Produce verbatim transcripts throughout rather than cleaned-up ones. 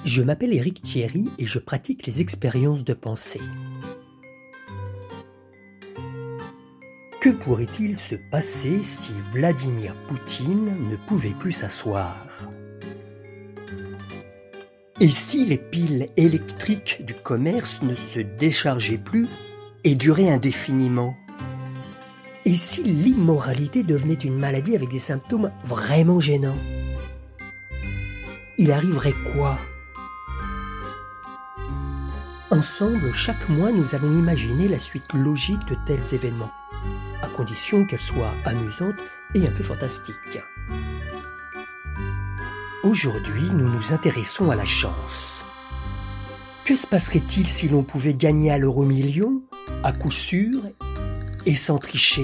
Je m'appelle Éric Thierry et je pratique les expériences de pensée. Que pourrait-il se passer si Vladimir Poutine ne pouvait plus s'asseoir? Et si les piles électriques du commerce ne se déchargeaient plus et duraient indéfiniment? Et si l'immoralité devenait une maladie avec des symptômes vraiment gênants? Il arriverait quoi? Ensemble, chaque mois, nous allons imaginer la suite logique de tels événements, à condition qu'elle soit amusante et un peu fantastique. Aujourd'hui, nous nous intéressons à la chance. Que se passerait-il si l'on pouvait gagner à l'euro million, à coup sûr, et sans tricher?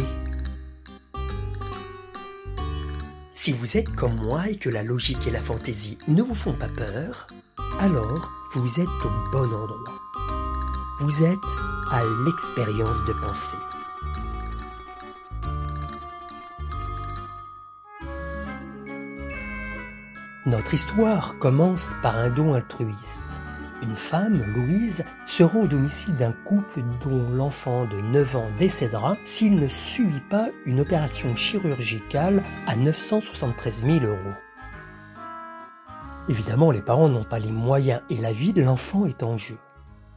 Si vous êtes comme moi et que la logique et la fantaisie ne vous font pas peur, alors vous êtes au bon endroit. Vous êtes à l'expérience de pensée. Notre histoire commence par un don altruiste. Une femme, Louise, se rend au domicile d'un couple dont l'enfant de neuf ans décédera s'il ne subit pas une opération chirurgicale à neuf cent soixante-treize mille euros. Évidemment, les parents n'ont pas les moyens et la vie de l'enfant est en jeu.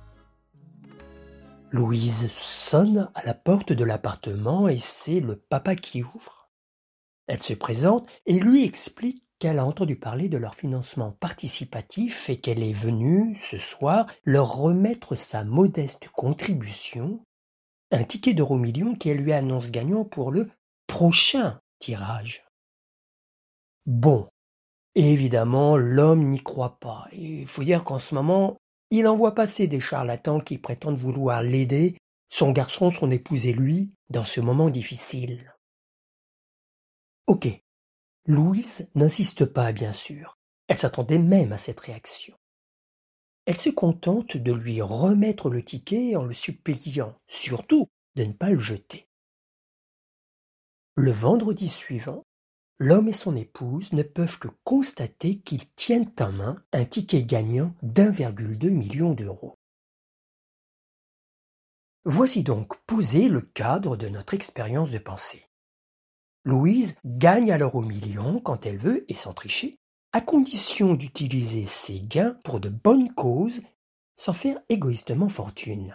Louise sonne à la porte de l'appartement et c'est le papa qui ouvre. Elle se présente et lui explique qu'elle a entendu parler de leur financement participatif et qu'elle est venue, ce soir, leur remettre sa modeste contribution, un ticket d'euro million qu'elle lui annonce gagnant pour le prochain tirage. Bon, évidemment, l'homme n'y croit pas. Il faut dire qu'en ce moment, il en voit passer des charlatans qui prétendent vouloir l'aider, son garçon, son épouse et lui, dans ce moment difficile. Ok. Louise n'insiste pas, bien sûr. Elle s'attendait même à cette réaction. Elle se contente de lui remettre le ticket en le suppliant, surtout, de ne pas le jeter. Le vendredi suivant, l'homme et son épouse ne peuvent que constater qu'ils tiennent en main un ticket gagnant d'un virgule deux million d'euros. Voici donc posé le cadre de notre expérience de pensée. Louise gagne à l'euro million quand elle veut et sans tricher, à condition d'utiliser ses gains pour de bonnes causes sans faire égoïstement fortune.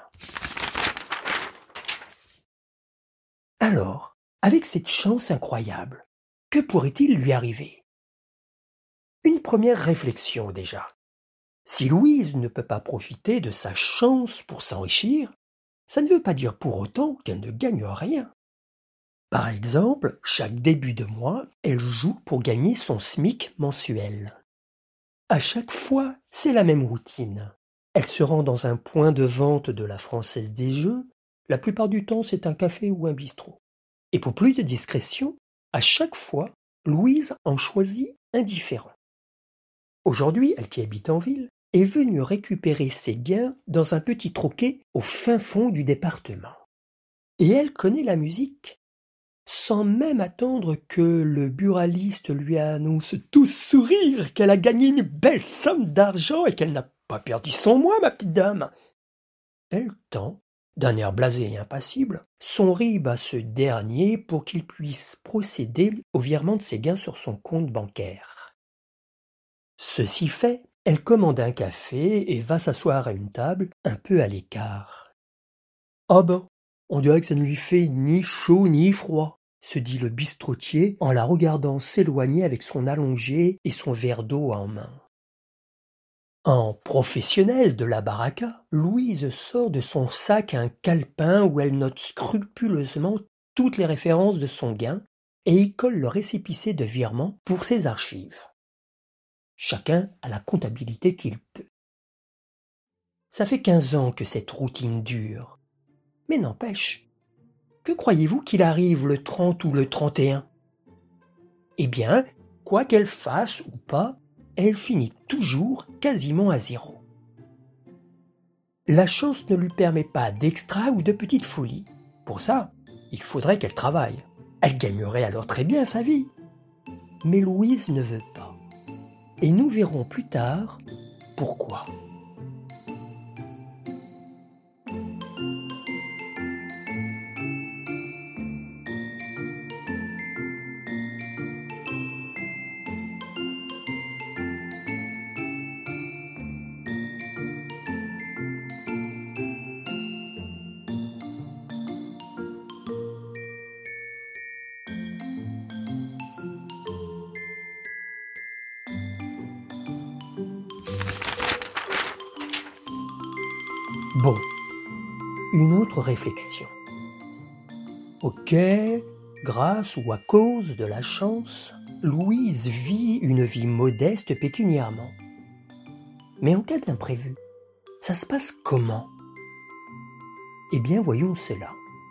Alors, avec cette chance incroyable, que pourrait-il lui arriver? Une première réflexion déjà. Si Louise ne peut pas profiter de sa chance pour s'enrichir, ça ne veut pas dire pour autant qu'elle ne gagne rien. Par exemple, chaque début de mois, elle joue pour gagner son SMIC mensuel. À chaque fois, c'est la même routine. Elle se rend dans un point de vente de la Française des Jeux. La plupart du temps, c'est un café ou un bistrot. Et pour plus de discrétion, à chaque fois, Louise en choisit un différent. Aujourd'hui, elle qui habite en ville, est venue récupérer ses gains dans un petit troquet au fin fond du département. Et elle connaît la musique. Sans même attendre que le buraliste lui annonce tout sourire qu'elle a gagné une belle somme d'argent et qu'elle n'a pas perdu son mois, ma petite dame. Elle tend, d'un air blasé et impassible, son rib à ce dernier pour qu'il puisse procéder au virement de ses gains sur son compte bancaire. Ceci fait, elle commande un café et va s'asseoir à une table un peu à l'écart. « Ah ben, on dirait que ça ne lui fait ni chaud ni froid, » se dit le bistrotier en la regardant s'éloigner avec son allongé et son verre d'eau en main. En professionnelle de la baraka, Louise sort de son sac un calepin où elle note scrupuleusement toutes les références de son gain et y colle le récépissé de virement pour ses archives. Chacun a la comptabilité qu'il peut. Ça fait quinze ans que cette routine dure. Mais n'empêche, que croyez-vous qu'il arrive le trente ou le trente et un? Eh bien, quoi qu'elle fasse ou pas, elle finit toujours quasiment à zéro. La chance ne lui permet pas d'extra ou de petites folies. Pour ça, il faudrait qu'elle travaille. Elle gagnerait alors très bien sa vie. Mais Louise ne veut pas. Et nous verrons plus tard pourquoi. Bon, une autre réflexion. Ok, grâce ou à cause de la chance, Louise vit une vie modeste pécuniairement. Mais en cas d'imprévu, ça se passe comment? Eh bien, voyons cela.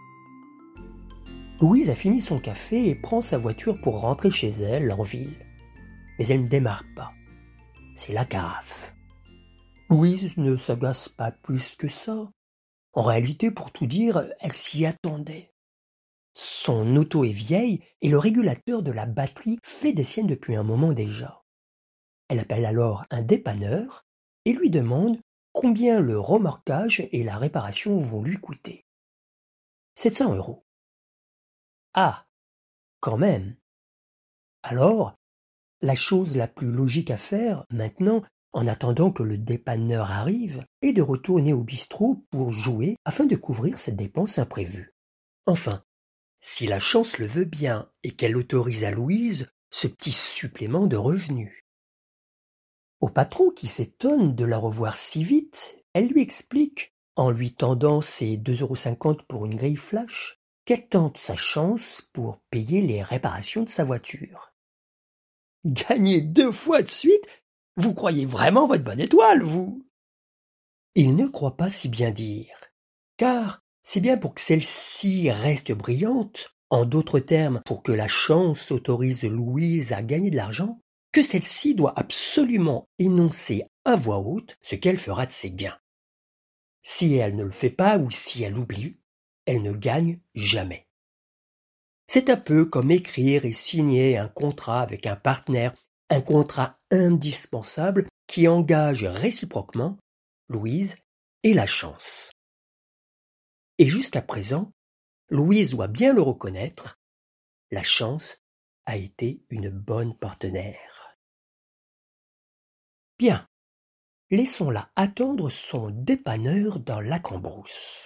Louise a fini son café et prend sa voiture pour rentrer chez elle en ville. Mais elle ne démarre pas. C'est la carafe. Louise ne s'agace pas plus que ça. En réalité, pour tout dire, elle s'y attendait. Son auto est vieille et le régulateur de la batterie fait des siennes depuis un moment déjà. Elle appelle alors un dépanneur et lui demande combien le remorquage et la réparation vont lui coûter. sept cents euros. Ah, quand même. Alors, la chose la plus logique à faire maintenant, en attendant que le dépanneur arrive, est de retourner au bistrot pour jouer afin de couvrir cette dépense imprévue. Enfin, si la chance le veut bien et qu'elle autorise à Louise ce petit supplément de revenus. Au patron qui s'étonne de la revoir si vite, elle lui explique, en lui tendant ses deux euros cinquante pour une grille flash, qu'elle tente sa chance pour payer les réparations de sa voiture. Gagner deux fois de suite? Vous croyez vraiment votre bonne étoile, vous? Il ne croit pas si bien dire, car c'est bien pour que celle-ci reste brillante, en d'autres termes pour que la chance autorise Louise à gagner de l'argent, que celle-ci doit absolument énoncer à voix haute ce qu'elle fera de ses gains. Si elle ne le fait pas ou si elle oublie, elle ne gagne jamais. C'est un peu comme écrire et signer un contrat avec un partenaire, un contrat indispensable qui engage réciproquement Louise et la chance. Et jusqu'à présent, Louise doit bien le reconnaître, la chance a été une bonne partenaire. Bien, laissons-la attendre son dépanneur dans la cambrousse.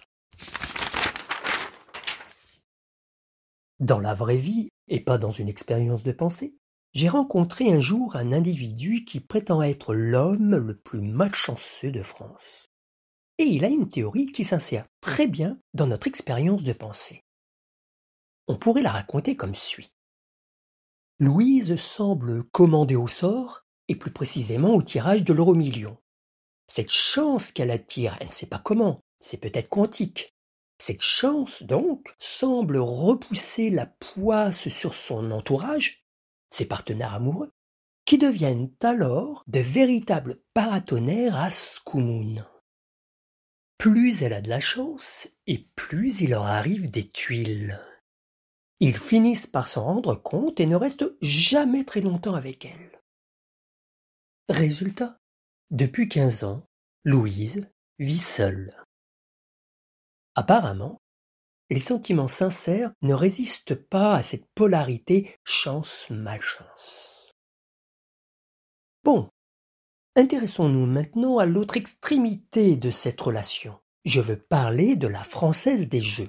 Dans la vraie vie, et pas dans une expérience de pensée, j'ai rencontré un jour un individu qui prétend être l'homme le plus malchanceux de France. Et il a une théorie qui s'insère très bien dans notre expérience de pensée. On pourrait la raconter comme suit. Louise semble commandée au sort, et plus précisément au tirage de l'euro-million. Cette chance qu'elle attire, elle ne sait pas comment, c'est peut-être quantique. Cette chance, donc, semble repousser la poisse sur son entourage, ses partenaires amoureux, qui deviennent alors de véritables paratonnerres à Scoumoun. Plus elle a de la chance, et plus il leur arrive des tuiles. Ils finissent par s'en rendre compte et ne restent jamais très longtemps avec elle. Résultat, depuis quinze ans, Louise vit seule. Apparemment, les sentiments sincères ne résistent pas à cette polarité chance-malchance. Bon, intéressons-nous maintenant à l'autre extrémité de cette relation. Je veux parler de la Française des Jeux.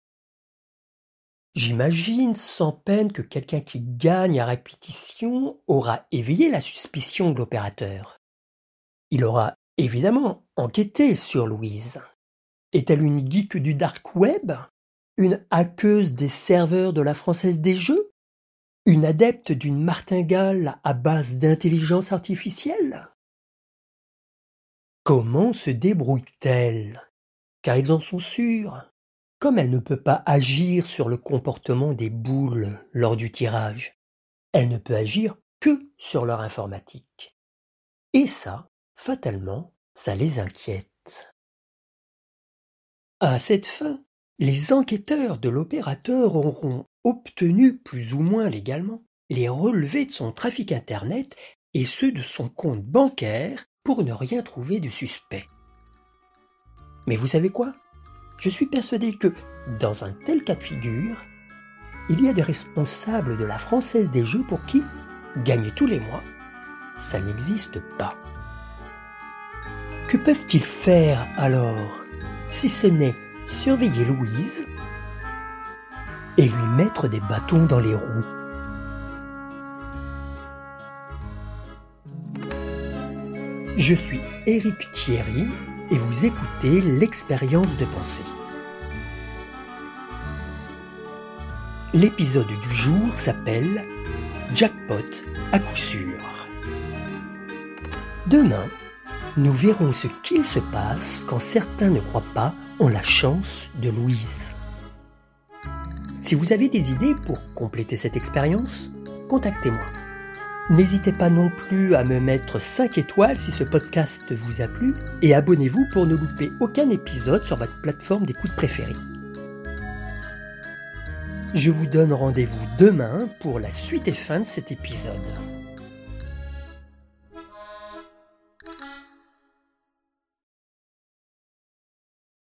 J'imagine sans peine que quelqu'un qui gagne à répétition aura éveillé la suspicion de l'opérateur. Il aura évidemment enquêté sur Louise. Est-elle une geek du dark web? Une hackeuse des serveurs de la Française des Jeux? Une adepte d'une martingale à base d'intelligence artificielle? Comment se débrouille-t-elle? Car ils en sont sûrs. Comme elle ne peut pas agir sur le comportement des boules lors du tirage, elle ne peut agir que sur leur informatique. Et ça, fatalement, ça les inquiète. À cette fin, les enquêteurs de l'opérateur auront obtenu plus ou moins légalement les relevés de son trafic Internet et ceux de son compte bancaire pour ne rien trouver de suspect. Mais vous savez quoi? Je suis persuadé que, dans un tel cas de figure, il y a des responsables de la Française des Jeux pour qui gagner tous les mois, ça n'existe pas. Que peuvent-ils faire alors, si ce n'est surveiller Louise et lui mettre des bâtons dans les roues? Je suis Éric Thierry et vous écoutez l'expérience de pensée. L'épisode du jour s'appelle « Jackpot à coup sûr ». Demain, nous verrons ce qu'il se passe quand certains ne croient pas en la chance de Louise. Si vous avez des idées pour compléter cette expérience, contactez-moi. N'hésitez pas non plus à me mettre cinq étoiles si ce podcast vous a plu et abonnez-vous pour ne louper aucun épisode sur votre plateforme d'écoute préférée. Je vous donne rendez-vous demain pour la suite et fin de cet épisode.